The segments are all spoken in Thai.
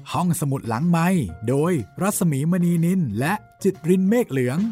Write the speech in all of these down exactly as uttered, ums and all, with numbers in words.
ห้องสมุดหลังไมค์โดยรัศมีมณีนินและจิตรินเมฆเหลือง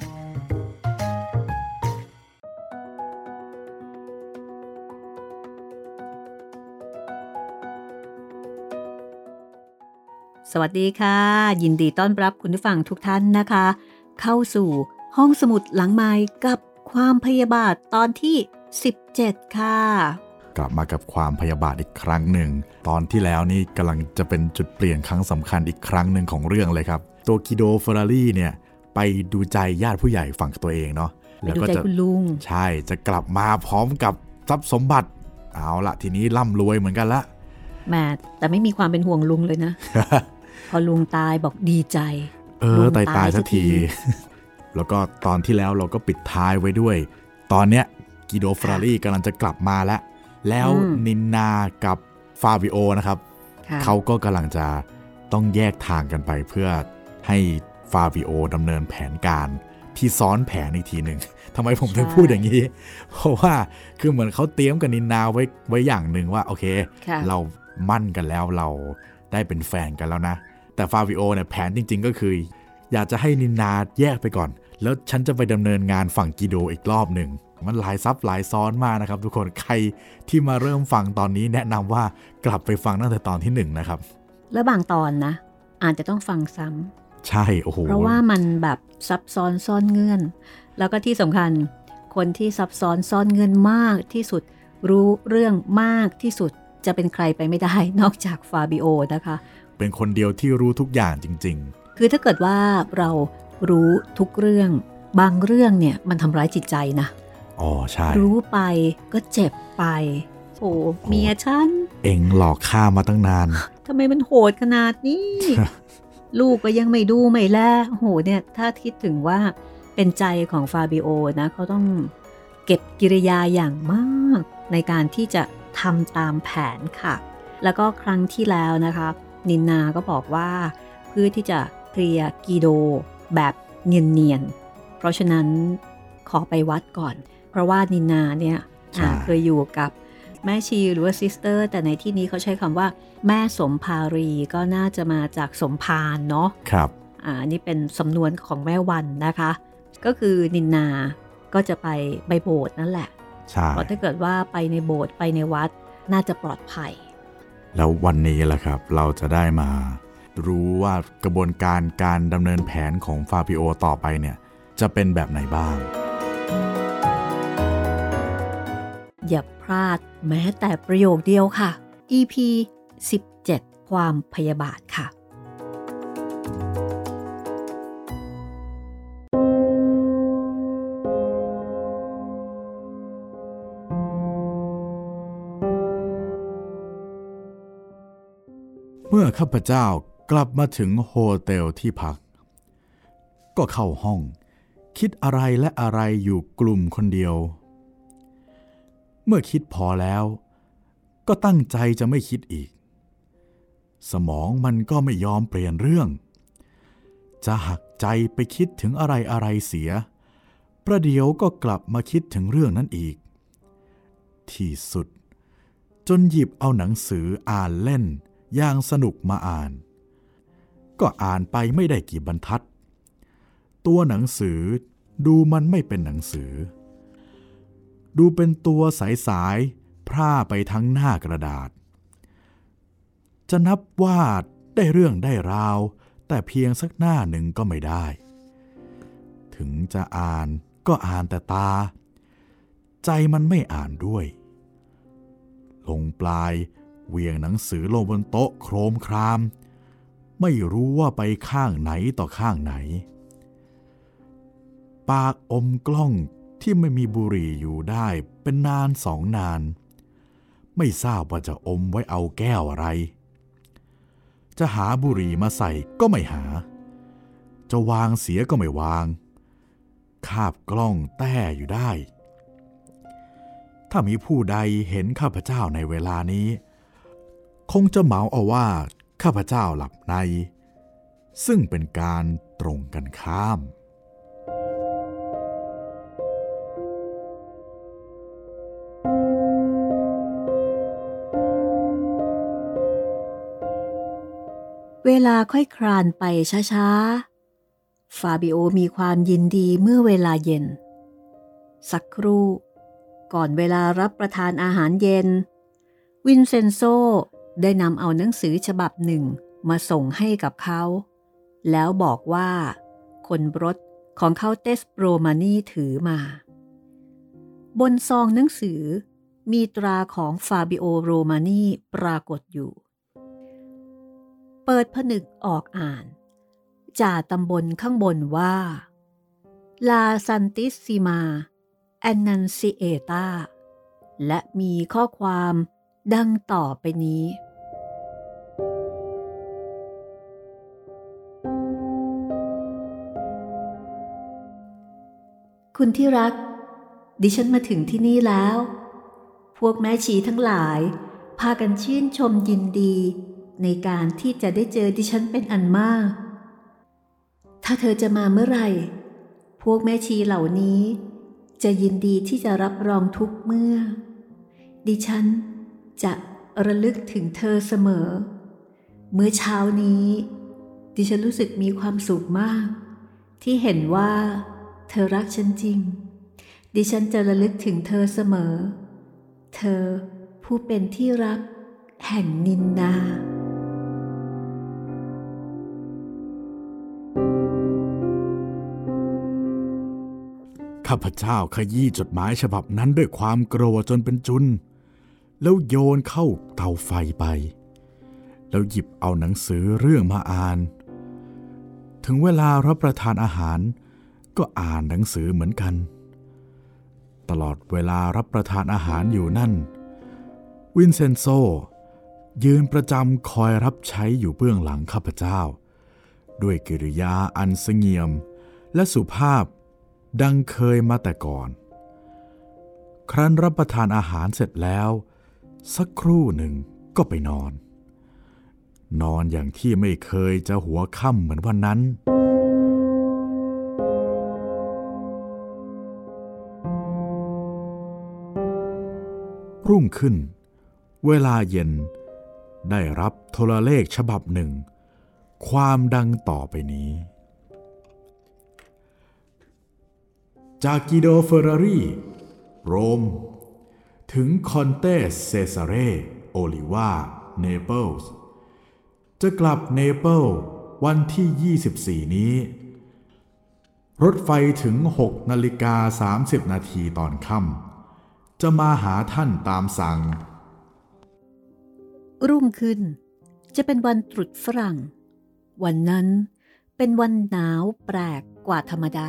สวัสดีค่ะยินดีต้อนรับคุณผู้ฟังทุกท่านนะคะเข้าสู่ห้องสมุดหลังไมค์กับความพยาบาทตอนที่สิบเจ็ดค่ะกลับมากับความพยาบาทอีกครั้งหนึ่งตอนที่แล้วนี่กำลังจะเป็นจุดเปลี่ยนครั้งสำคัญอีกครั้งหนึ่งของเรื่องเลยครับตัวกิโดเฟอร์รารี่เนี่ยไปดูใจญาติผู้ใหญ่ฝั่งตัวเองเนาะแล้วก็จะคุณลุงใช่จะกลับมาพร้อมกับทรัพย์สมบัติเอาละทีนี้ร่ำรวยเหมือนกันละแม่แต่ไม่มีความเป็นห่วงลุงเลยนะ พอลุงตายบอกดีใจเออตายตายสักที แล้วก็ตอนที่แล้วเราก็ปิดท้ายไว้ด้วยตอนเนี้ยกิโดเฟอร์รารี่กำลังจะกลับมาแล้วแล้วนินนากับฟาบิโอนะครับเขาก็กำลังจะต้องแยกทางกันไปเพื่อให้ฟาบิโอดำเนินแผนการที่ซ้อนแผนอีกทีหนึ่งทำไมผมถึงพูดอย่างนี้เพราะว่าคือเหมือนเขาเตรียมกับนินนาไว้ไว้อย่างหนึ่งว่าโอเคเรามั่นกันแล้วเราได้เป็นแฟนกันแล้วนะแต่ฟาบิโอเนี่ยแผนจริงๆก็คืออยากจะให้นินนาแยกไปก่อนแล้วฉันจะไปดำเนินงานฝั่งกิโดอีกรอบหนึ่งมันหลายซับหลายซ้อนมากนะครับทุกคนใครที่มาเริ่มฟังตอนนี้แนะนำว่ากลับไปฟังตั้งแต่ตอนที่หนึ่งนะครับแล้วบางตอนนะอาจจะต้องฟังซ้ำใช่โอ้โหเพราะว่ามันแบบซับซ้อนซ่อนเงื่อนแล้วก็ที่สำคัญคนที่ซับซ้อนซ่อนเงื่อนมากที่สุดรู้เรื่องมากที่สุดจะเป็นใครไปไม่ได้นอกจากฟาบิโอนะคะเป็นคนเดียวที่รู้ทุกอย่างจริงๆคือถ้าเกิดว่าเรารู้ทุกเรื่องบางเรื่องเนี่ยมันทำร้ายจิตใจนะอ๋อใช่รู้ไปก็เจ็บไปโอ้เมียฉันเอ็งหลอกข้ามาตั้งนานทำไมมันโหดขนาดนี้ ลูกก็ยังไม่ดูไม่แลโหเนี่ยถ้าคิดถึงว่าเป็นใจของฟาบิโอนะเขาต้องเก็บกิริยาอย่างมากในการที่จะทำตามแผนค่ะแล้วก็ครั้งที่แล้วนะคะนินนาก็บอกว่าเพื่อที่จะเคลียร์กิโดแบบเนียนๆเพราะฉะนั้นขอไปวัดก่อนเพราะว่านินนาเนี่ยเคยอยู่กับแม่ชีหรือว่าซิสเตอร์แต่ในที่นี้เขาใช้คำว่าแม่สมภารีก็น่าจะมาจากสมภารเนาะครับอ่านี่เป็นสำนวนของแม่วันนะคะก็คือนินนาก็จะไปไปโบสถ์นั่นแหละใช่เพราะถ้าเกิดว่าไปในโบสถ์ไปในวัดน่าจะปลอดภัยแล้ววันนี้แหละครับเราจะได้มารู้ว่ากระบวนการการดำเนินแผนของฟาบิโอต่อไปเนี่ยจะเป็นแบบไหนบ้างอย่าพลาดแม้แต่ประโยคเดียวค่ะ อี พี สิบเจ็ด ความพยาบาทค่ะเมื่อข้าพเจ้ากลับมาถึงโฮเทลที่พักก็เข้าห้องคิดอะไรและอะไรอยู่กลุ่มคนเดียวเมื่อคิดพอแล้วก็ตั้งใจจะไม่คิดอีกสมองมันก็ไม่ยอมเปลี่ยนเรื่องจะหักใจไปคิดถึงอะไรอะไรเสียประเดี๋ยวก็กลับมาคิดถึงเรื่องนั้นอีกที่สุดจนหยิบเอาหนังสืออ่านเล่นอย่างสนุกมาอ่านก็อ่านไปไม่ได้กี่บรรทัดตัวหนังสือดูมันไม่เป็นหนังสือดูเป็นตัวสายๆพร่าไปทั้งหน้ากระดาษจะนับว่าได้เรื่องได้ราวแต่เพียงสักหน้าหนึ่งก็ไม่ได้ถึงจะอ่านก็อ่านแต่ตาใจมันไม่อ่านด้วยลงปลายเวียงหนังสือลงบนโต๊ะโครมครามไม่รู้ว่าไปข้างไหนต่อข้างไหนปากอมกล้องที่ไม่มีบุหรี่อยู่ได้เป็นนานสองนานไม่ทราบว่าจะอมไว้เอาแก้วอะไรจะหาบุหรี่มาใส่ก็ไม่หาจะวางเสียก็ไม่วางคาบกล้องแต้อยู่ได้ถ้ามีผู้ใดเห็นข้าพเจ้าในเวลานี้คงจะเหมาเอาว่าข้าพเจ้าหลับในซึ่งเป็นการตรงกันข้ามพเวลาค่อยคลานไปช้าๆฟาบิโอมีความยินดีเมื่อเวลาเย็นสักครู่ก่อนเวลารับประทานอาหารเย็นวินเซนโซได้นำเอาหนังสือฉบับหนึ่งมาส่งให้กับเขาแล้วบอกว่าคนรถของเขาเตสโรมานีถือมาบนซองหนังสือมีตราของฟาบิโอโรมานีปรากฏอยู่เปิดผนึกออกอ่านจ่าตำบลข้างบนว่าลาซันติสซิมาแอนนันซิเอตาและมีข้อความดังต่อไปนี้คุณที่รักดิฉันมาถึงที่นี่แล้วพวกแม่ชีทั้งหลายพากันชื่นชมยินดีในการที่จะได้เจอดิฉันเป็นอันมากถ้าเธอจะมาเมื่อไหร่พวกแม่ชีเหล่านี้จะยินดีที่จะรับรองทุกเมื่อดิฉันจะระลึกถึงเธอเสมอเมื่อเช้านี้ดิฉันรู้สึกมีความสุขมากที่เห็นว่าเธอรักฉันจริงดิฉันจะระลึกถึงเธอเสมอเธอผู้เป็นที่รักแห่งนินนาข้าพเจ้าขยี้จดหมายฉบับนั้นด้วยความโกรธจนเป็นจุนแล้วโยนเข้าเตาไฟไปแล้วหยิบเอาหนังสือเรื่องมาอ่านถึงเวลารับประทานอาหารก็อ่านหนังสือเหมือนกันตลอดเวลารับประทานอาหารอยู่นั่นวินเซนโซยืนประจำคอยรับใช้อยู่เบื้องหลังข้าพเจ้าด้วยกิริยาอันเสงี่ยมและสุภาพดังเคยมาแต่ก่อนครั้นรับประทานอาหารเสร็จแล้วสักครู่หนึ่งก็ไปนอนนอนอย่างที่ไม่เคยจะหัวค่ำเหมือนวันนั้นรุ่งขึ้นเวลาเย็นได้รับโทรเลขฉบับหนึ่งความดังต่อไปนี้จากกิโดเฟอร์รารีโรมถึงคอนเตสเซซาเรโอลิวาเนเปิลส์จะกลับเนเปิลวันที่ยี่สิบสี่นี้รถไฟถึงหกนาฬิกาสามสิบนาทีตอนค่ำจะมาหาท่านตามสั่งรุ่งขึ้นจะเป็นวันตรุษฝรั่งวันนั้นเป็นวันหนาวแปลกกว่าธรรมดา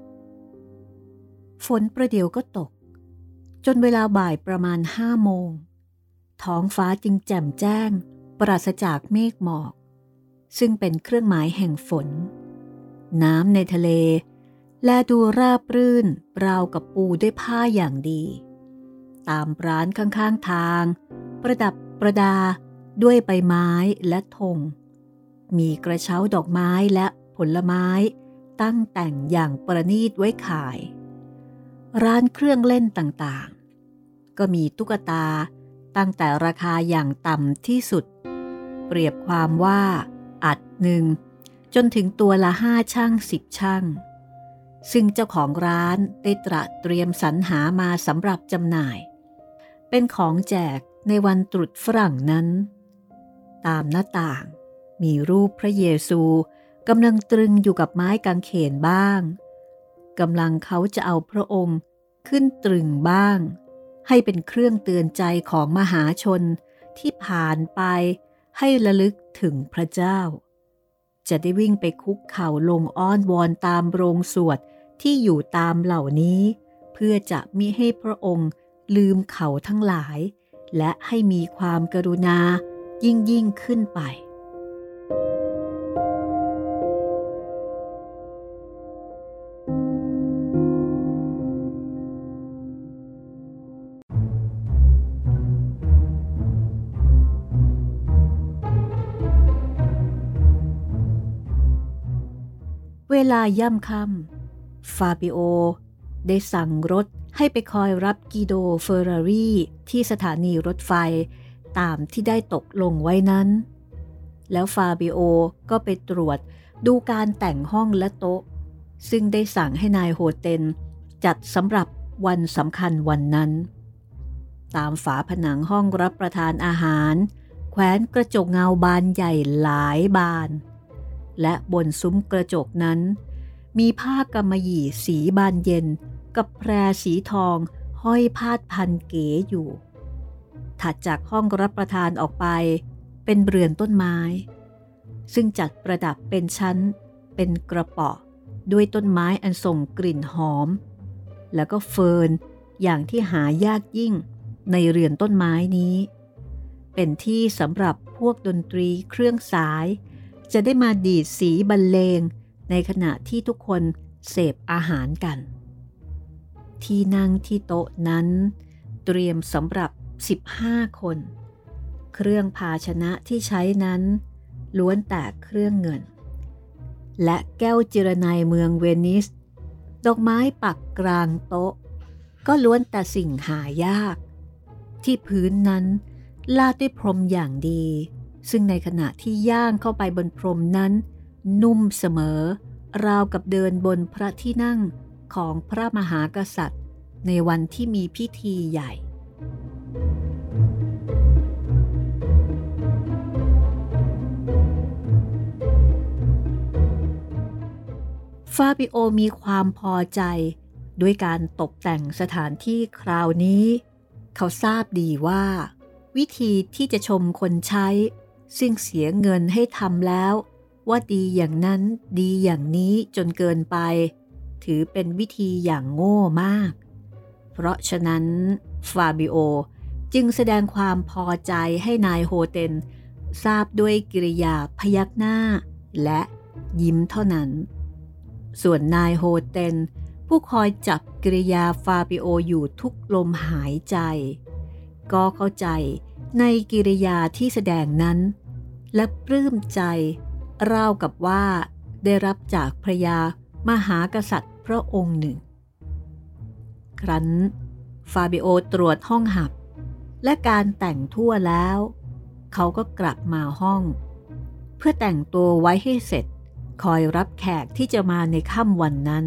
ฝนประเดี๋ยวก็ตกจนเวลาบ่ายประมาณห้าโมงท้องฟ้าจึงแจ่มแจ้งปราศจากเมฆหมอกซึ่งเป็นเครื่องหมายแห่งฝนน้ำในทะเลแลดูราบรื่นราวกับปูด้วยผ้าอย่างดีตามร้านข้างๆทางประดับประดาด้วยใบไม้และธงมีกระเช้าดอกไม้และผลไม้ตั้งแต่งอย่างประณีตไว้ขายร้านเครื่องเล่นต่างๆก็มีตุ๊กตาตั้งแต่ราคาอย่างต่ำที่สุดเปรียบความว่าอัดหนึ่งจนถึงตัวละห้าช่างสิบช่างซึ่งเจ้าของร้านได้ตระเตรียมสรรหามาสำหรับจำหน่ายเป็นของแจกในวันตรุษฝรั่งนั้นตามหน้าต่างมีรูปพระเยซูกำลังตรึงอยู่กับไม้กางเขนบ้างกำลังเขาจะเอาพระองค์ขึ้นตรึงบ้างให้เป็นเครื่องเตือนใจของมหาชนที่ผ่านไปให้ระลึกถึงพระเจ้าจะได้วิ่งไปคุกเข่าลงอ้อนวอนตามโรงสวดที่อยู่ตามเหล่านี้เพื่อจะมิให้พระองค์ลืมเขาทั้งหลายและให้มีความกรุณายิ่งยิ่งขึ้นไปเวลาย่ำค่ำฟาบิโอได้สั่งรถให้ไปคอยรับกิโดเฟอร์รารีที่สถานีรถไฟตามที่ได้ตกลงไว้นั้นแล้วฟาบิโอก็ไปตรวจดูการแต่งห้องและโต๊ะซึ่งได้สั่งให้นายโฮเทนจัดสำหรับวันสำคัญวันนั้นตามฝาผนังห้องรับประทานอาหารแขวนกระจกเงาบานใหญ่หลายบานและบนซุ้มกระจกนั้นมีผ้ากำมะหยี่สีบานเย็นกับแพรสีทองห้อยพาดพันเก๋อยู่ถัดจากห้องรับประทานออกไปเป็นเรือนต้นไม้ซึ่งจัดประดับเป็นชั้นเป็นกระเป๋าด้วยต้นไม้อันส่งกลิ่นหอมแล้วก็เฟิร์นอย่างที่หายากยิ่งในเรือนต้นไม้นี้เป็นที่สำหรับพวกดนตรีเครื่องสายจะได้มาดีดสีบรรเลงในขณะที่ทุกคนเสพอาหารกันที่นั่งที่โต๊ะนั้นเตรียมสำหรับสิบห้าคนเครื่องภาชนะที่ใช้นั้นล้วนแต่เครื่องเงินและแก้วจิรนัยเมืองเวนิสดอกไม้ปักกลางโต๊ะก็ล้วนแต่สิ่งหายากที่พื้นนั้นลาดด้วยพรมอย่างดีซึ่งในขณะที่ย่างเข้าไปบนพรมนั้นนุ่มเสมอราวกับเดินบนพระที่นั่งของพระมหากษัตริย์ในวันที่มีพิธีใหญ่ฟาบิโอมีความพอใจด้วยการตกแต่งสถานที่คราวนี้เขาทราบดีว่าวิธีที่จะชมคนใช้ซึ่งเสียเงินให้ทำแล้วว่าดีอย่างนั้นดีอย่างนี้จนเกินไปถือเป็นวิธีอย่างโง่มากเพราะฉะนั้นฟาบิโอจึงแสดงความพอใจให้นายโฮเทนทราบด้วยกิริยาพยักหน้าและยิ้มเท่านั้นส่วนนายโฮเทนผู้คอยจับกิริยาฟาบิโออยู่ทุกลมหายใจก็เข้าใจในกิริยาที่แสดงนั้นและปลื้มใจราวกับว่าได้รับจากพระยามหากษัตริย์พระองค์หนึ่งครั้นฟาบิโอตรวจห้องหับและการแต่งทั่วแล้วเขาก็กลับมาห้องเพื่อแต่งตัวไว้ให้เสร็จคอยรับแขกที่จะมาในค่ำวันนั้น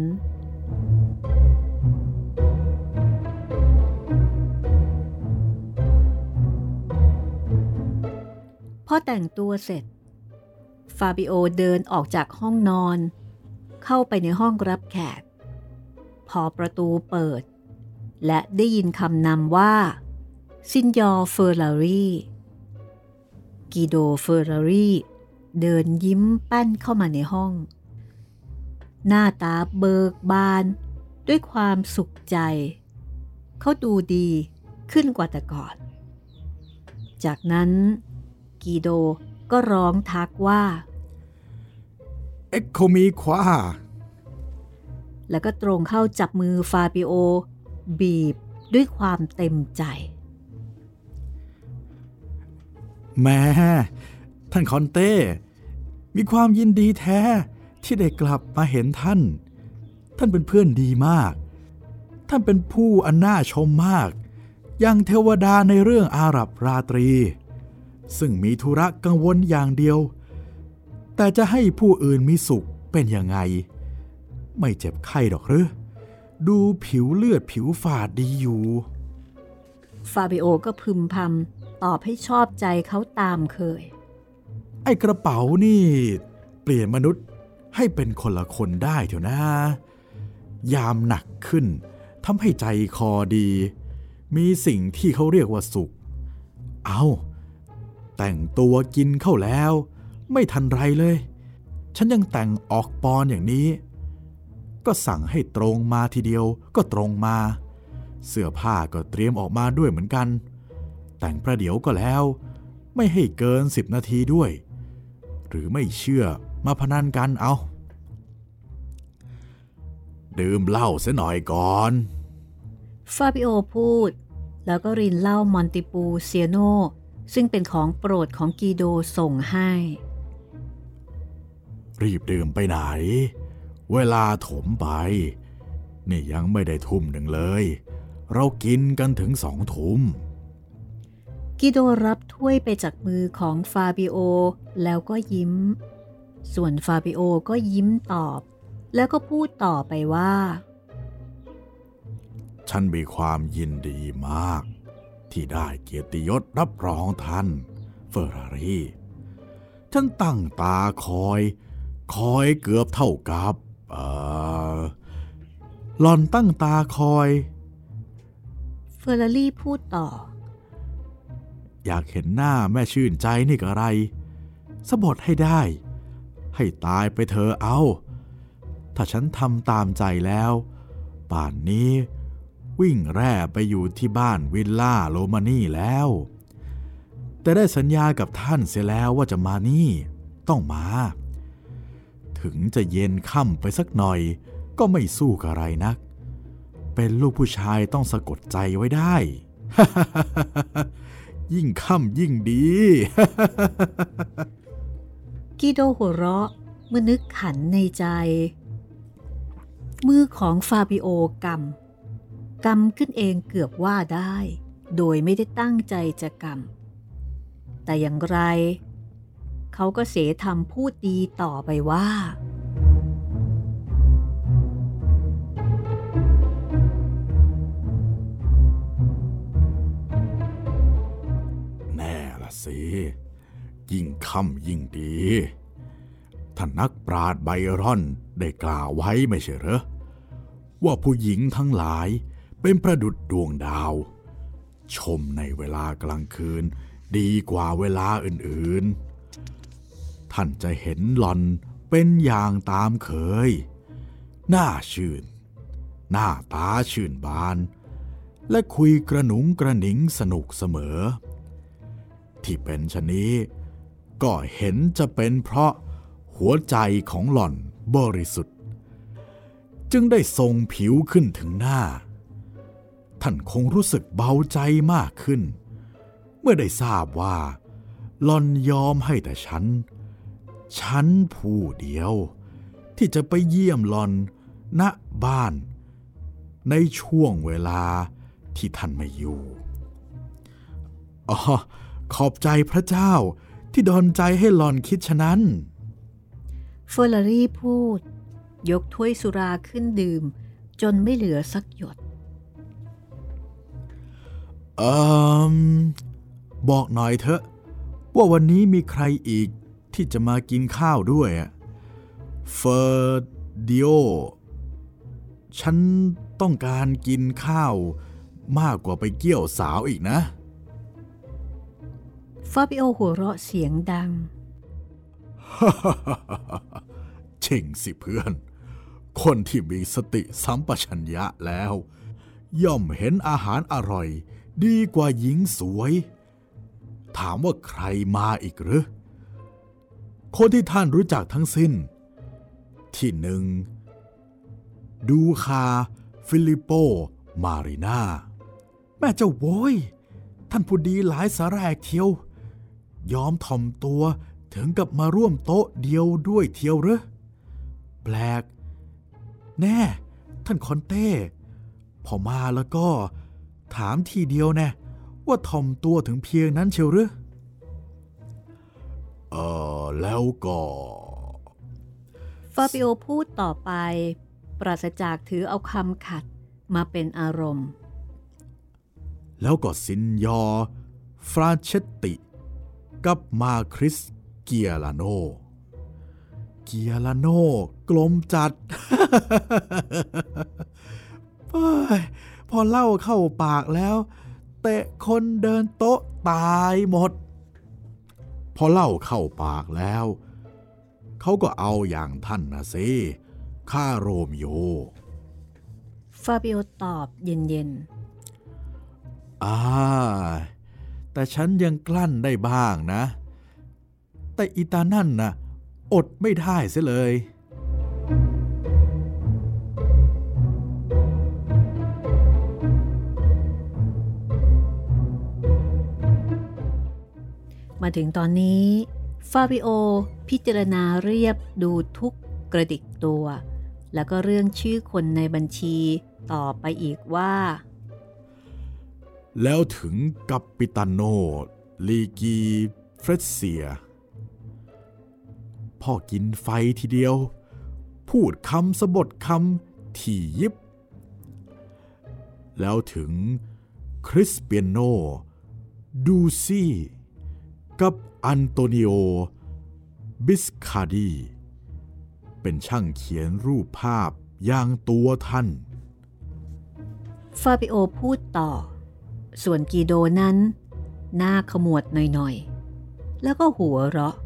พอแต่งตัวเสร็จฟาบิโอเดินออกจากห้องนอนเข้าไปในห้องรับแขกพอประตูเปิดและได้ยินคำนำว่าซินยอร์เฟอร์รารีกิโดเฟอร์รารีเดินยิ้มแป้นเข้ามาในห้องหน้าตาเบิกบานด้วยความสุขใจเขาดูดีขึ้นกว่าแต่ก่อนจากนั้นกีโดก็ร้องทักว่าเอ็กโคมีควาแล้วก็ตรงเข้าจับมือฟาบิโอบีบด้วยความเต็มใจแม่ท่านคอนเต้มีความยินดีแท้ที่ได้กลับมาเห็นท่านท่านเป็นเพื่อนดีมากท่านเป็นผู้อันน่าชมมากอย่างเทวดาในเรื่องอาหรับราตรีซึ่งมีธุระกังวลอย่างเดียวแต่จะให้ผู้อื่นมีสุขเป็นยังไงไม่เจ็บไข้หรอกหรือดูผิวเลือดผิวฝาดดีอยู่ฟาบิโอก็พึมพำตอบให้ชอบใจเขาตามเคยไอ้กระเป๋านี่เปลี่ยนมนุษย์ให้เป็นคนละคนได้เถอะนะยามหนักขึ้นทำให้ใจคอดีมีสิ่งที่เขาเรียกว่าสุขเอาแต่งตัวกินเข้าแล้วไม่ทันไรเลยฉันยังแต่งออกปอนอย่างนี้ก็สั่งให้ตรงมาทีเดียวก็ตรงมาเสื้อผ้าก็เตรียมออกมาด้วยเหมือนกันแต่งประเดี๋ยวก็แล้วไม่ให้เกินสิบนาทีด้วยหรือไม่เชื่อมาพนันกันเอาดื่มเหล้าเสียหน่อยก่อนฟาบิโอพูดแล้วก็รินเหล้ามอนติปูเซียโนซึ่งเป็นของโปรดของกีโดส่งให้รีบดื่มไปไหนเวลาถมไปนี่ยังไม่ได้ทุ่มหนึ่งเลยเรากินกันถึงสองทุ่มกกิโดรับถ้วยไปจากมือของฟาบิโอแล้วก็ยิ้มส่วนฟาบิโอก็ยิ้มตอบแล้วก็พูดต่อไปว่าฉันมีความยินดีมากที่ได้เกียรติยศรับรองท่านเฟอร์รารีฉันตั้งตาคอยคอยเกือบเท่ากับเออหล่อนตั้งตาคอยเฟอร์รารีพูดต่ออยากเห็นหน้าแม่ชื่นใจนี่กะไรสะบดให้ได้ให้ตายไปเธอเอาถ้าฉันทำตามใจแล้วป่านนี้วิ่งแร่ไปอยู่ที่บ้านวิลล่าโรมานี่แล้วแต่ได้สัญญากับท่านเสียแล้วว่าจะมานี่ต้องมาถึงจะเย็นค่ำไปสักหน่อยก็ไม่สู้กับอะไรนักเป็นลูกผู้ชายต้องสะกดใจไว้ได้ ยิ่งค่ำยิ่งดีกิโดหัวเราะเมื่อนึกขันในใจมือของฟาบิโอกำกำขึ้นเองเกือบว่าได้โดยไม่ได้ตั้งใจจะกำแต่อย่างไรเขาก็เสทำพูดดีต่อไปว่าแน่ละสิยิ่งค่ำยิ่งดีท่านนักปราชญ์ไบรอนได้กล่าวไว้ไม่ใช่เหรอว่าผู้หญิงทั้งหลายเป็นประดุจดวงดาวชมในเวลากลางคืนดีกว่าเวลาอื่นๆท่านจะเห็นหล่อนเป็นอย่างตามเคยหน้าชื่นหน้าตาชื่นบานและคุยกระหนุงกระหนิงสนุกเสมอที่เป็นชะนี้ก็เห็นจะเป็นเพราะหัวใจของหล่อนบริสุทธิ์จึงได้ทรงผิวขึ้นถึงหน้าท่านคงรู้สึกเบาใจมากขึ้นเมื่อได้ทราบว่าหล่อนยอมให้แต่ฉันฉันผู้เดียวที่จะไปเยี่ยมหล่อนณบ้านในช่วงเวลาที่ท่านไม่อยู่อ๋อขอบใจพระเจ้าที่ดลใจให้หล่อนคิดฉะนั้นเฟอร์รารีพูดยกถ้วยสุราขึ้นดื่มจนไม่เหลือสักหยดเอ่อบอกหน่อยเถอะว่าวันนี้มีใครอีกที่จะมากินข้าวด้วยเฟอร์ดิโอฉันต้องการกินข้าวมากกว่าไปเกี่ยวสาวอีกนะฟาบิโอหัวเราะเสียงดังเจ๋งสิเพื่อนคนที่มีสติสัมปชัญญะแล้วย่อมเห็นอาหารอร่อยดีกว่าหญิงสวยถามว่าใครมาอีกหรือคนที่ท่านรู้จักทั้งสิ้นที่หนึ่งดูคาฟิลิปโปมารินาแม่เจ้าโว้ยท่านผู้ดีหลายสาแรกเที่ยวยอมถ่อมตัวถึงกับมาร่วมโต๊ะเดียวด้วยเที่ยวหรือแปลกแน่ท่านคอนเต้พอมาแล้วก็ถามทีเดียวแน่ว่าถ่อมตัวถึงเพียงนั้นเชียวหรือเออแล้วก็ฟาบิโอพูดต่อไปปราศจากถือเอาคำขัดมาเป็นอารมณ์แล้วก็ซินยอร์ฟรานเชตติกับมาคริสเกียลาโนเกียลาโนกลมจัด พอเล่าเข้าปากแล้วเตะคนเดินโต๊ะตายหมดพอเล่าเข้าปากแล้วเขาก็เอาอย่างท่านนะสิข้าโรมโยฟาบิโอตอบเย็นๆอ่าแต่ฉันยังกลั้นได้บ้างนะแต่อีตานั่นน่ะอดไม่ได้เสียเลยมาถึงตอนนี้ฟาบิโอพิจารณาเรียบดูทุกกระดิกตัวแล้วก็เรื่องชื่อคนในบัญชีต่อไปอีกว่าแล้วถึงกัปปิตาโนลีกีเฟรเซียพ่อกินไฟทีเดียวพูดคำสะบทคำถี่ยิบแล้วถึงคริสเปียโนดูซี่กับอันโตนิโอบิสคาดีเป็นช่างเขียนรูปภาพอย่างตัวท่านฟาบิโอพูดต่อส่วนกีโดนั้นหน้าขมวดหน่อยๆแล้วก็หัวเราะ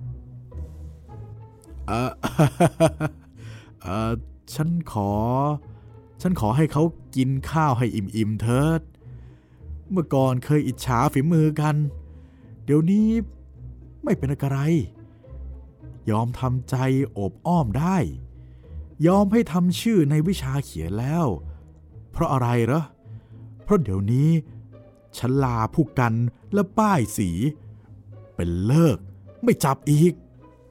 เออ เออฉันขอฉันขอให้เขากินข้าวให้อิ่มๆเถิดเมื่อก่อนเคยอิจฉาฝีมือกันเดี๋ยวนี้ไม่เป็นอะไรยอมทำใจโอบอ้อมได้ยอมให้ทำชื่อในวิชาเขียนแล้วเพราะอะไรเหรอเพราะเดี๋ยวนี้ฉันลาผู้กันและป้ายสีเป็นเลิกไม่จับอีก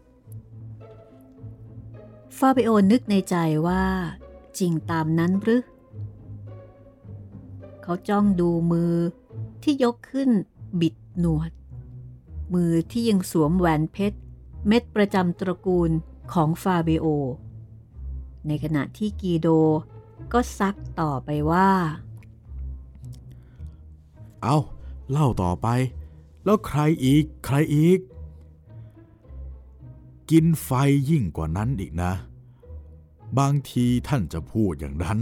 ฟาบิโอนึกในใจว่าจริงตามนั้นหรือเขาจ้องดูมือที่ยกขึ้นบิดหนวดมือที่ยังสวมแหวนเพชรเม็ดประจำตระกูลของฟาบิโอในขณะที่กีโดก็ซักต่อไปว่าเอาเล่าต่อไปแล้วใครอีกใครอีกกินไฟยิ่งกว่านั้นอีกนะบางทีท่านจะพูดอย่างนั้น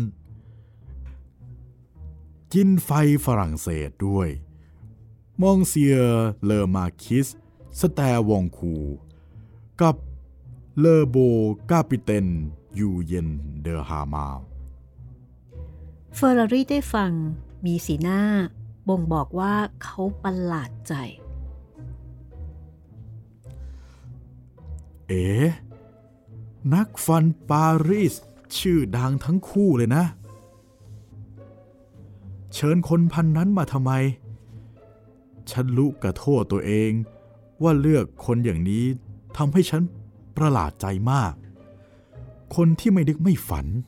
กินไฟฝรั่งเศสด้วยมองเซียเลอมาคิสสแตวองคูกับเลอโบกาปิเตนยูเยนเดอฮามาเฟอร์รารี่ได้ฟังมีสีหน้าบ่งบอกว่าเขาประหลาดใจเอ๋นักฟันปารีสชื่อดังทั้งคู่เลยนะเชิญคนพันนั้นมาทำไมฉันรู้กระโทษตัวเองว่าเลือกคนอย่างนี้ทำให้ฉันประหลาดใจมากคนที่ไม่นึกไม่ฝัน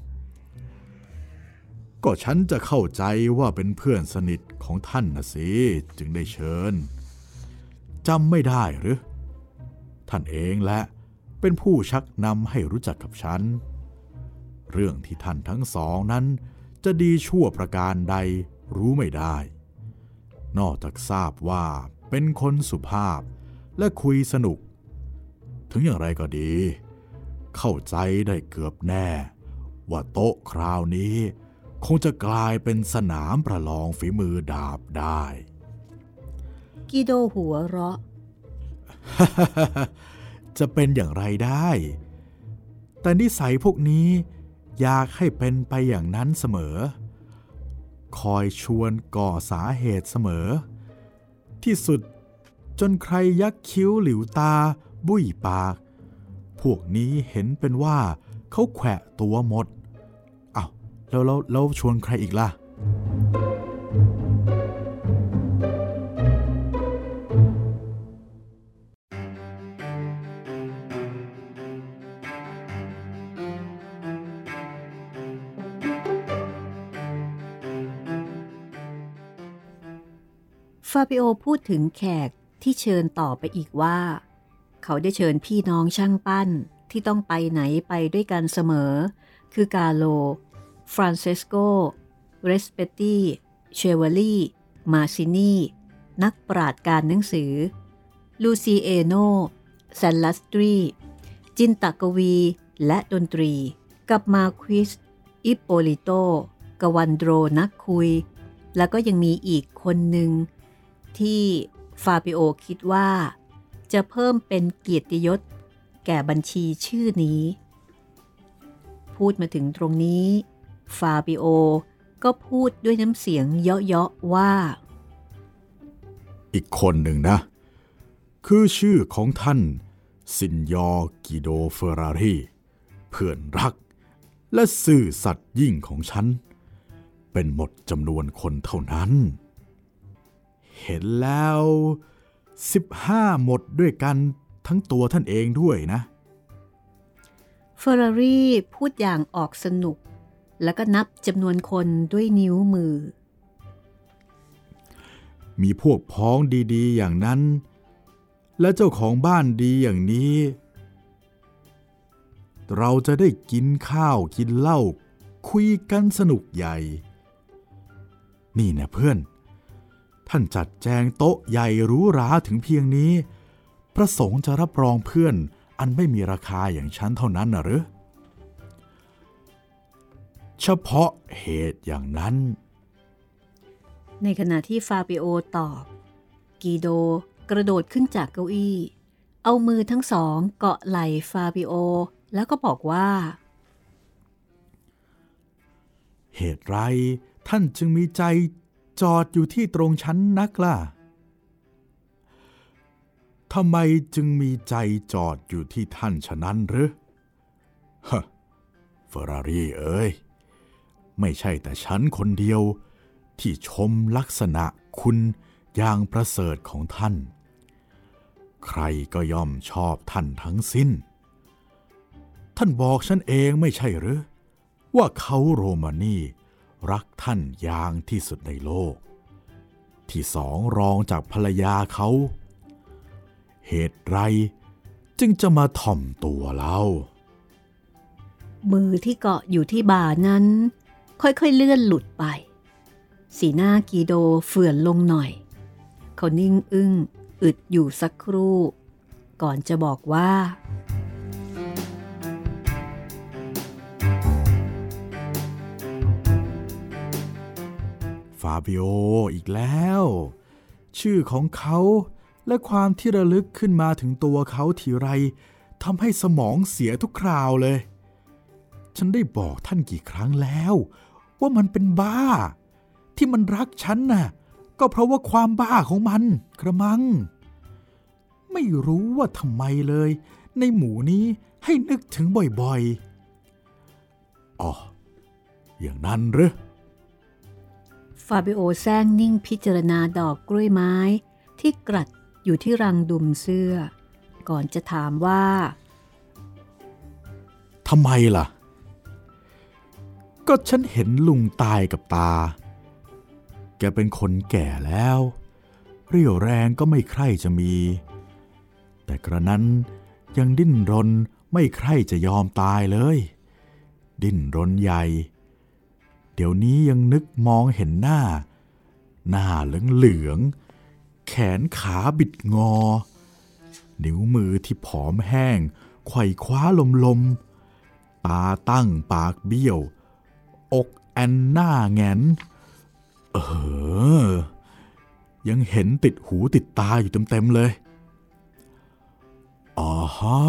ก็ฉันจะเข้าใจว่าเป็นเพื่อนสนิทของท่านนะสิจึงได้เชิญจำไม่ได้หรือท่านเองแหละเป็นผู้ชักนำให้รู้จักกับฉันเรื่องที่ท่านทั้งสองนั้นจะดีชั่วประการใดรู้ไม่ได้นอกจากทราบว่าเป็นคนสุภาพและคุยสนุกถึงอย่างไรก็ดีเข้าใจได้เกือบแน่ว่าโต๊ะคราวนี้คงจะกลายเป็นสนามประลองฝีมือดาบได้กีโดหัวเราะจะเป็นอย่างไรได้แต่นิสัยพวกนี้อยากให้เป็นไปอย่างนั้นเสมอคอยชวนก่อสาเหตุเสมอที่สุดจนใครยักคิ้วหลิวตาบุ้ยปากพวกนี้เห็นเป็นว่าเขาแขวะตัวหมดอ้าวแล้วแล้วแล้วชวนใครอีกล่ะฟาบิโอพูดถึงแขกที่เชิญต่อไปอีกว่าเขาได้เชิญพี่น้องช่างปั้นที่ต้องไปไหนไปด้วยกันเสมอคือกาโลฟรานเซสโกเรสเปตตีเชวาลีมาซินีนักปราชญ์การหนังสือลูซีเอโนแซนลัสตรีจินตกวีและดนตรีกับมาควิสอิปโปลิโตกวันโดรนักคุยแล้วก็ยังมีอีกคนหนึ่งที่ฟาบิโอคิดว่าจะเพิ่มเป็นเกียรติยศแก่บัญชีชื่อนี้พูดมาถึงตรงนี้ฟาบิโอก็พูดด้วยน้ำเสียงเยาะๆว่าอีกคนหนึ่งนะคือชื่อของท่านซินยอร์กิโดเฟอร์รารีเพื่อนรักและซื่อสัตย์ยิ่งของฉันเป็นหมดจำนวนคนเท่านั้นเห็นแล้วสิบห้าหมดด้วยกันทั้งตัวท่านเองด้วยนะเฟอร์รารี่พูดอย่างออกสนุกแล้วก็นับจำนวนคนด้วยนิ้วมือมีพวกพ้องดีๆอย่างนั้นและเจ้าของบ้านดีอย่างนี้เราจะได้กินข้าวกินเหล้าคุยกันสนุกใหญ่นี่นะเพื่อนท่านจัดแจงโต๊ะใหญ่หรูหราถึงเพียงนี้ประสงค์จะรับรองเพื่อนอันไม่มีราคาอย่างฉันเท่านั้นน่ะหรือเฉพาะเหตุอย่างนั้นในขณะที่ฟาบิโอตอบกีโดกระโดดขึ้นจากเก้าอี้เอามือทั้งสองเกาะไหล่ฟาบิโอแล้วก็บอกว่าเหตุไรท่านจึงมีใจจอดอยู่ที่ตรงฉันนักล่ะทำไมจึงมีใจจอดอยู่ที่ท่านฉะนั้นหรือฮะเฟอร์รารี่เอ้ยไม่ใช่แต่ฉันคนเดียวที่ชมลักษณะคุณอย่างประเสริฐของท่านใครก็ย่อมชอบท่านทั้งสิ้นท่านบอกฉันเองไม่ใช่หรือว่าเขาโรมานีรักท่านอย่างที่สุดในโลกที่สองรองจากภรรยาเขาเหตุไรจึงจะมาถ่อมตัวเล่ามือที่เกาะอยู่ที่บ่านั้นค่อยๆเลื่อนหลุดไปสีหน้ากีโดเฝื่อนลงหน่อยเขานิ่งอึ้งอึดอยู่สักครู่ก่อนจะบอกว่าฟาบิโออีกแล้วชื่อของเขาและความที่ระลึกขึ้นมาถึงตัวเขาทีไรทำให้สมองเสียทุกคราวเลยฉันได้บอกท่านกี่ครั้งแล้วว่ามันเป็นบ้าที่มันรักฉันน่ะก็เพราะว่าความบ้าของมันกระมังไม่รู้ว่าทำไมเลยในหมู่นี้ให้นึกถึงบ่อยๆอ๋ออย่างนั้นหรือฟาบิโอแซงนิ่งพิจารณาดอกกล้วยไม้ที่กรัดอยู่ที่รังดุมเสื้อก่อนจะถามว่าทำไมล่ะก็ฉันเห็นลุงตายกับตาแกเป็นคนแก่แล้วเรี่ยวแรงก็ไม่ใคร่จะมีแต่กระนั้นยังดิ้นรนไม่ใคร่จะยอมตายเลยดิ้นรนใหญ่เดี๋ยวนี้ยังนึกมองเห็นหน้าหน้าเหลืองๆแขนขาบิดงอนิ้วมือที่ผอมแห้งไขว่คว้าลมๆตาตั้งปากเบี้ยวอกแอนหน้าแงนเออยังเห็นติดหูติดตาอยู่เต็มๆเลยอ๋อฮะ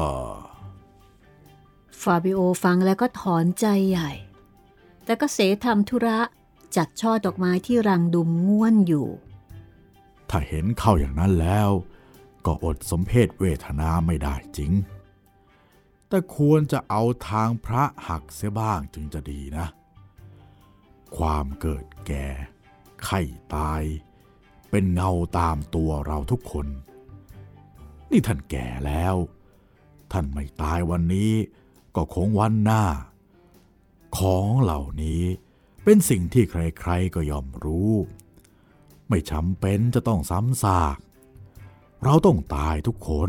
ฟาบิโอฟังแล้วก็ถอนใจใหญ่แต่ก็เสทำธุระจัดช่อดอกไม้ที่รังดุมง่วนอยู่ถ้าเห็นเข้าอย่างนั้นแล้วก็อดสมเพชเวทนาไม่ได้จริงแต่ควรจะเอาทางพระหักเสียบ้างจึงจะดีนะความเกิดแก่ไข้ตายเป็นเงาตามตัวเราทุกคนนี่ท่านแก่แล้วท่านไม่ตายวันนี้ก็คงวันหน้าของเหล่านี้เป็นสิ่งที่ใครๆก็ย่อมรู้ไม่จำเป็นจะต้องซ้ำซากเราต้องตายทุกคน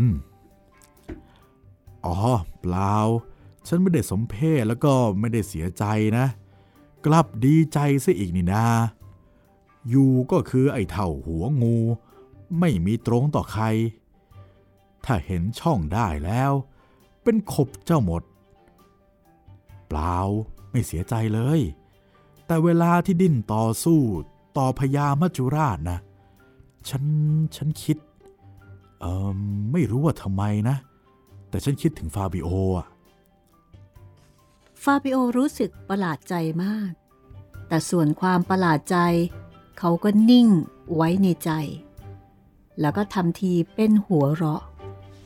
อ๋อเปล่าฉันไม่ได้สมเพชแล้วก็ไม่ได้เสียใจนะกลับดีใจซะอีกนี่นาอยู่ก็คือไอ้เท่าหัวงูไม่มีตรงต่อใครถ้าเห็นช่องได้แล้วเป็นขบเจ้าหมดเปล่าไม่เสียใจเลยแต่เวลาที่ดิ้นต่อสู้ต่อพญามัจจุราชนะฉันฉันคิดเออไม่รู้ว่าทำไมนะแต่ฉันคิดถึงฟาบิโออ่ะฟาบิโอรู้สึกประหลาดใจมากแต่ส่วนความประหลาดใจเขาก็นิ่งไว้ในใจแล้วก็ทำทีเป็นหัวเราะ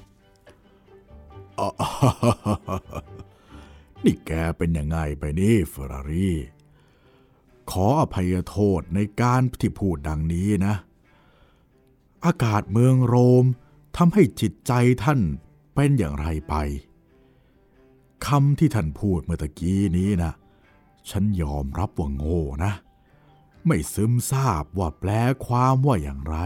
นี่แกเป็นยังไงไปนี่เฟอร์รารี่ขออภัยโทษในการที่พูดดังนี้นะอากาศเมืองโรมทำให้จิตใจท่านเป็นอย่างไรไปคำที่ท่านพูดเมื่อตะกี้นี้นะฉันยอมรับว่าโง่นะไม่ซึมซาบว่าแปลความว่าอย่างไร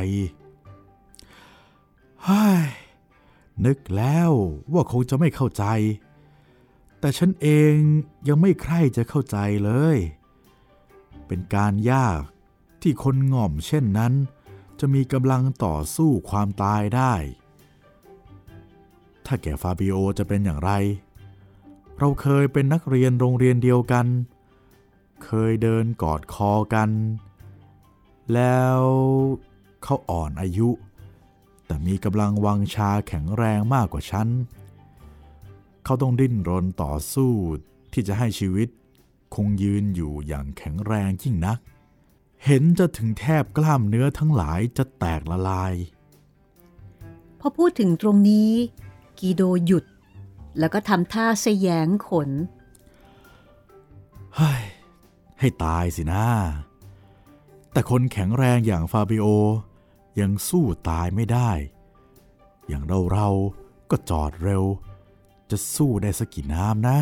เฮ้ยนึกแล้วว่าคงจะไม่เข้าใจแต่ฉันเองยังไม่ใคร่จะเข้าใจเลยเป็นการยากที่คนง่อมเช่นนั้นจะมีกำลังต่อสู้ความตายได้ถ้าแก่ฟาบิโอจะเป็นอย่างไรเราเคยเป็นนักเรียนโรงเรียนเดียวกันเคยเดินกอดคอกันแล้วเขาอ่อนอายุแต่มีกำลังวังชาแข็งแรงมากกว่าฉันเขาต้องดิ้นรนต่อสู้ที่จะให้ชีวิตคงยืนอยู่อย่างแข็งแรงยิ่งนักเห็นจะถึงแทบกล้ามเนื้อทั้งหลายจะแตกละลายพอพูดถึงตรงนี้กีโดหยุดแล้วก็ทำท่าแสยงขนเฮ้ยให้ตายสินะแต่คนแข็งแรงอย่างฟาบิโอยังสู้ตายไม่ได้อย่างเราเราก็จอดเร็วจะสู้ได้สักกี่น้ำนะ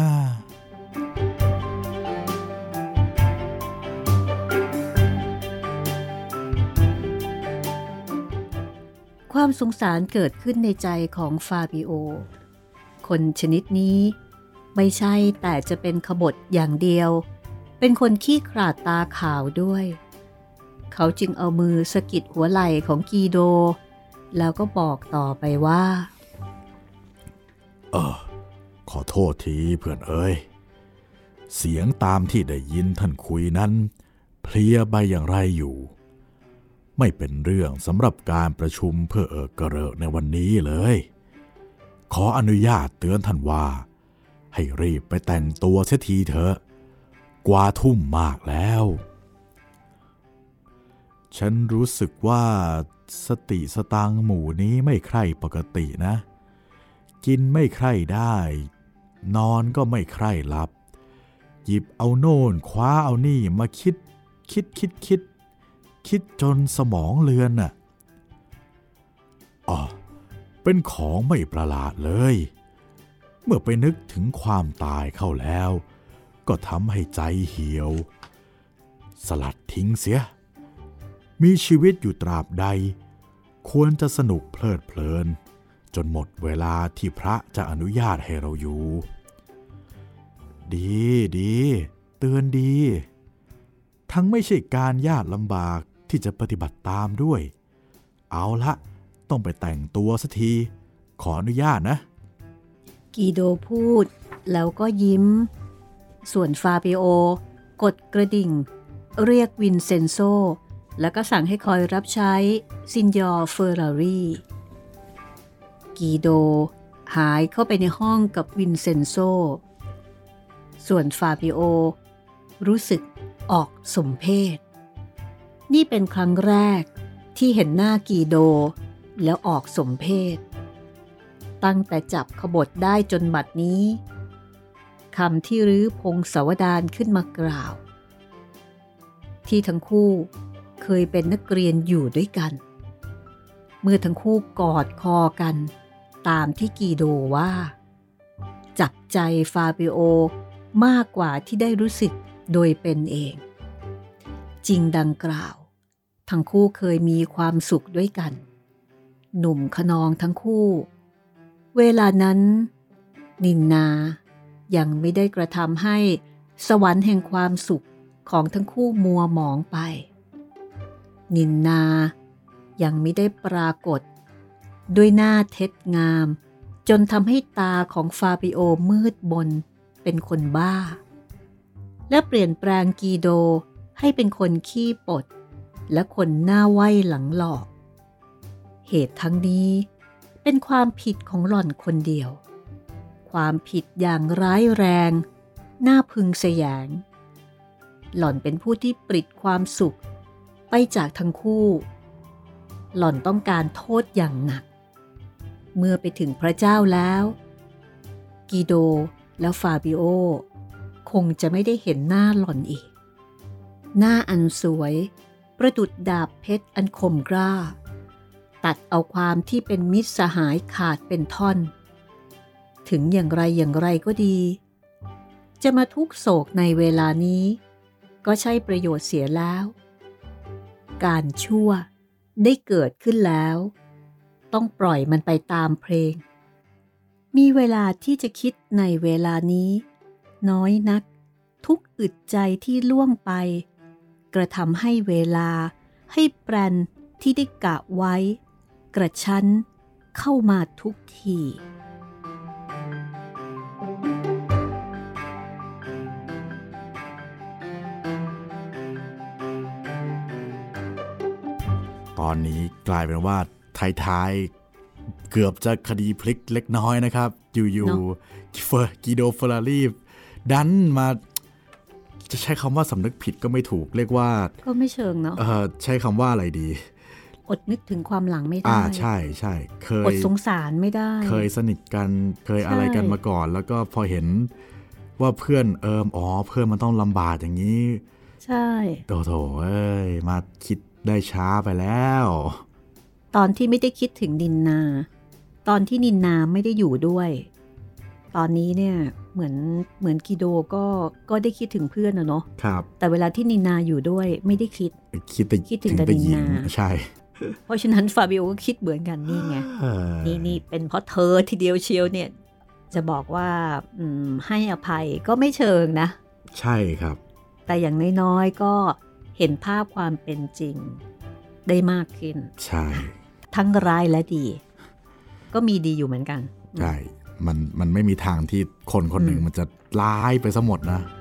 ความสงสารเกิดขึ้นในใจของฟาบิโอคนชนิดนี้ไม่ใช่แต่จะเป็นขบถอย่างเดียวเป็นคนขี้ขลาดตาขาวด้วยเขาจึงเอามือสะกิดหัวไหล่ของกีโดแล้วก็บอกต่อไปว่าเออขอโทษทีเพื่อนเอ้ยเสียงตามที่ได้ยินท่านคุยนั้นเพลียไปอย่างไรอยู่ไม่เป็นเรื่องสำหรับการประชุมเพื่อเอิกกระเริกในวันนี้เลยขออนุญาตเตือนท่านว่าให้รีบไปแต่งตัวเสียทีเถอะกว่าทุ่มมากแล้วฉันรู้สึกว่าสติสตังหมู่นี้ไม่ใคร่ปกตินะกินไม่ใคร่ได้นอนก็ไม่ใคร่หลับหยิบเอาโน่นคว้าเอานี่มาคิดคิดคิดคิดคิดจนสมองเลือนน่ะอ๋อเป็นของไม่ประหลาดเลยเมื่อไปนึกถึงความตายเข้าแล้วก็ทำให้ใจเหี่ยวสลัดทิ้งเสียมีชีวิตอยู่ตราบใดควรจะสนุกเพลิดเพลินจนหมดเวลาที่พระจะอนุญาตให้เราอยู่ดีดีเตือนดีทั้งไม่ใช่การยากลำบากที่จะปฏิบัติตามด้วยเอาละต้องไปแต่งตัวสักทีขออนุญาตนะกีโดพูดแล้วก็ยิ้มส่วนฟาบิโอกดกระดิ่งเรียกวินเซนโซแล้วก็สั่งให้คอยรับใช้ซินยอร์เฟอร์รารีกีโดหายเข้าไปในห้องกับวินเซนโซส่วนฟาบิโอรู้สึกออกสมเพชนี่เป็นครั้งแรกที่เห็นหน้ากีโดแล้วออกสมเพชตั้งแต่จับขบถได้จนบัดนี้คำที่รื้อพงศาวดารขึ้นมากล่าวที่ทั้งคู่เคยเป็นนักเรียนอยู่ด้วยกันเมื่อทั้งคู่กอดคอกันตามที่กีโดว่าจับใจฟาบิโอมากกว่าที่ได้รู้สึกโดยเป็นเองจริงดังกล่าวทั้งคู่เคยมีความสุขด้วยกันหนุ่มขนองทั้งคู่เวลานั้นนินนายังไม่ได้กระทำให้สวรรค์แห่งความสุขของทั้งคู่มัวหมองไปนินนายังไม่ได้ปรากฏด้วยหน้าเท็จงามจนทำให้ตาของฟาบิโอมืดมนเป็นคนบ้าและเปลี่ยนแปลงกีโดให้เป็นคนขี้ปดและคนหน้าไหว้หลังหลอกเหตุทั้งนี้เป็นความผิดของหล่อนคนเดียวความผิดอย่างร้ายแรงน่าพึงแสยงหล่อนเป็นผู้ที่ปลิดความสุขไปจากทั้งคู่หล่อนต้องการโทษอย่างหนักเมื่อไปถึงพระเจ้าแล้วกีโดและฟาบิโอคงจะไม่ได้เห็นหน้าหล่อนอีกหน้าอันสวยประดุจดาบเพชรอันคมกล้าตัดเอาความที่เป็นมิตรสหายขาดเป็นท่อนถึงอย่างไรอย่างไรก็ดีจะมาทุกโศกในเวลานี้ก็ใช่ประโยชน์เสียแล้วการชั่วได้เกิดขึ้นแล้วต้องปล่อยมันไปตามเพลงมีเวลาที่จะคิดในเวลานี้น้อยนักทุกอึดใจที่ล่วงไปกระทำให้เวลาให้แปรนที่ได้กะไว้กระชั้นเข้ามาทุกทีตอนนี้กลายเป็นว่าท้ายๆเกือบจะคดีพลิกเล็กน้อยนะครับอยู่ๆเฟอร์กิโดเฟอร์รารี่ดันมาจะใช้คำว่าสำนึกผิดก็ไม่ถูกเรียกว่าก็ไม่เชิงเนาะเออใช้คำว่าอะไรดีอดนึกถึงความหลังไม่ได้อ่าใช่ใช่เคยอดสงสารไม่ได้เคยสนิทกันเคยอะไรกันมาก่อนแล้วก็พอเห็นว่าเพื่อนเอิมอ๋อเพื่อนมันต้องลำบากอย่างนี้ใช่โถโถเอ้ยมาคิดได้ช้าไปแล้วตอนที่ไม่ได้คิดถึงนินนาตอนที่นินนาไม่ได้อยู่ด้วยตอนนี้เนี่ยเหมือนเหมือนกิโดก็ก็ได้คิดถึงเพื่อนนะเนาะครับแต่เวลาที่นินนาอยู่ด้วยไม่ได้คิดคิดแต่คิดถึงแต่นินนาใช่เพราะฉะนั้นฟาบิโอก็คิดเหมือนกันนี่ไงนี่นี่เป็นเพราะเธอทีเดียวเชียวเนี่ยจะบอกว่าให้อภัยก็ไม่เชิงนะใช่ครับแต่อย่างน้อยๆก็เห็นภาพความเป็นจริงได้มากขึ้นใช่ทั้งร้ายและดีก็มีดีอยู่เหมือนกันใช่มันมันไม่มีทางที่คนคนหนึ่งมันจะร้ายไปซะหมดนะ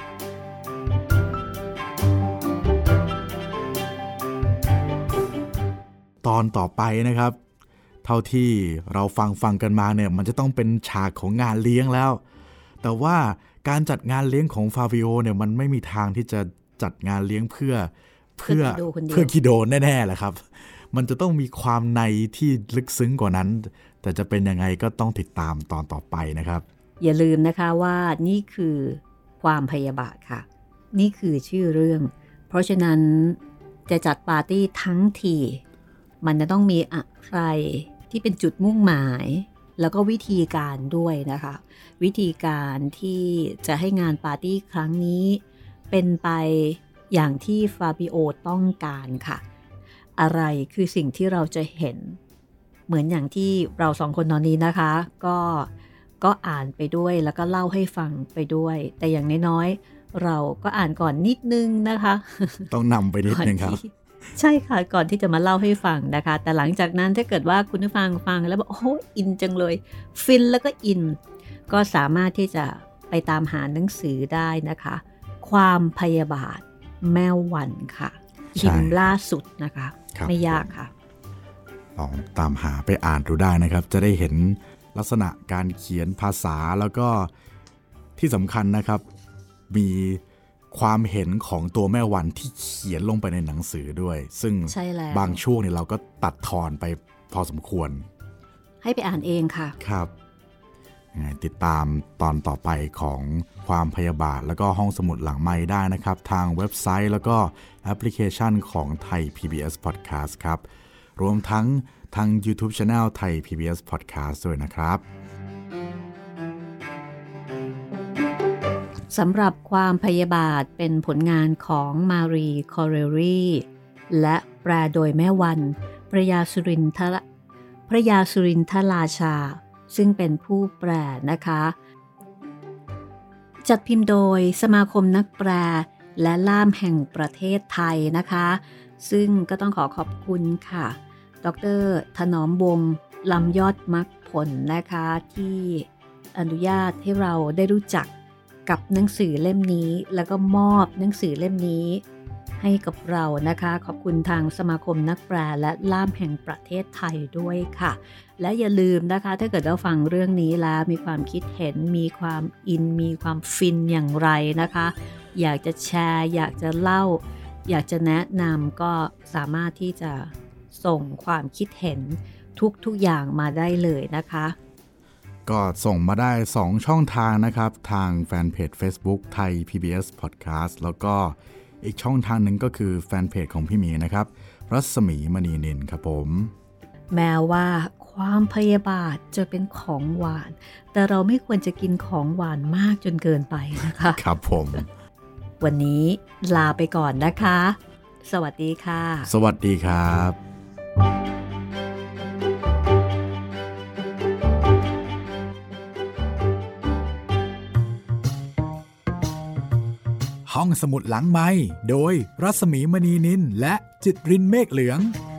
ตอนต่อไปนะครับเท่าที่เราฟังฟังกันมาเนี่ยมันจะต้องเป็นฉากของงานเลี้ยงแล้วแต่ว่าการจัดงานเลี้ยงของฟาบิโอเนี่ยมันไม่มีทางที่จะจัดงานเลี้ยงเพื่อเพื่อเพื่อกิโดแน่ๆแหละครับมันจะต้องมีความในที่ลึกซึ้งกว่านั้นแต่จะเป็นยังไงก็ต้องติดตามตอนต่อไปนะครับอย่าลืมนะคะว่านี่คือความพยาบาทค่ะนี่คือชื่อเรื่องเพราะฉะนั้นจะจัดปาร์ตี้ทั้งทีมันจะต้องมีอะไรที่เป็นจุดมุ่งหมายแล้วก็วิธีการด้วยนะคะวิธีการที่จะให้งานปาร์ตี้ครั้งนี้เป็นไปอย่างที่ฟาบิโอต้องการค่ะอะไรคือสิ่งที่เราจะเห็นเหมือนอย่างที่เราสองคนตอนนี้นะคะก็ก็อ่านไปด้วยแล้วก็เล่าให้ฟังไปด้วยแต่อย่างน้อยๆเราก็อ่านก่อนนิดนึงนะคะต้องนำไปนิดนึงครับใช่ค่ะก่อนที่จะมาเล่าให้ฟังนะคะแต่หลังจากนั้นถ้าเกิดว่าคุณผู้ฟังฟังแล้วบอกโอ้อินจังเลยฟินแล้วก็อินก็สามารถที่จะไปตามหาหนังสือได้นะคะความพยาบาทแม่วันค่ะพิมพ์ล่าสุดนะคะไม่ยากค่ะลองตามหาไปอ่านดูได้นะครับจะได้เห็นลักษณะการเขียนภาษาแล้วก็ที่สำคัญนะครับมีความเห็นของตัวแม่วันที่เขียนลงไปในหนังสือด้วยซึ่งบางช่วงเนี่ยเราก็ตัดทอนไปพอสมควรให้ไปอ่านเองค่ะครับติดตามตอนต่อไปของความพยาบาทแล้วก็ห้องสมุดหลังไมค์ได้นะครับทางเว็บไซต์แล้วก็แอปพลิเคชันของไทย พี บี เอส Podcast ครับรวมทั้งทาง YouTube Channel ไทย พี บี เอส Podcast ด้วยนะครับสำหรับความพยาบาทเป็นผลงานของมารีคอเรรีและแปลโดยแม่วันพระยาสุรินทรพระยาสุรินทราชาซึ่งเป็นผู้แปลนะคะจัดพิมพ์โดยสมาคมนักแปลและล่ามแห่งประเทศไทยนะคะซึ่งก็ต้องขอขอบคุณค่ะดร.ถนอมวงศ์ลำยอดมรรคผลนะคะที่อนุญาตให้เราได้รู้จักกับหนังสือเล่มนี้แล้วก็มอบหนังสือเล่มนี้ให้กับเรานะคะขอบคุณทางสมาคมนักแปลและล่ามแห่งประเทศไทยด้วยค่ะและอย่าลืมนะคะถ้าเกิดเราฟังเรื่องนี้แล้วมีความคิดเห็นมีความอินมีความฟินอย่างไรนะคะอยากจะแชร์อยากจะเล่าอยากจะแนะนำก็สามารถที่จะส่งความคิดเห็นทุกๆอย่างมาได้เลยนะคะก็ส่งมาได้สองช่องทางนะครับทางแฟนเพจ Facebook ไทย พี บี เอส Podcast แล้วก็อีกช่องทางหนึ่งก็คือแฟนเพจของพี่หมีนะครับรัศมีมณีนินครับผมแม้ว่าความพยาบาทจะเป็นของหวานแต่เราไม่ควรจะกินของหวานมากจนเกินไปนะคะครับผมวันนี้ลาไปก่อนนะคะสวัสดีค่ะสวัสดีครับห้องสมุดหลังไมค์โดยรัศมีมณีนินและจิตรินเมฆเหลือง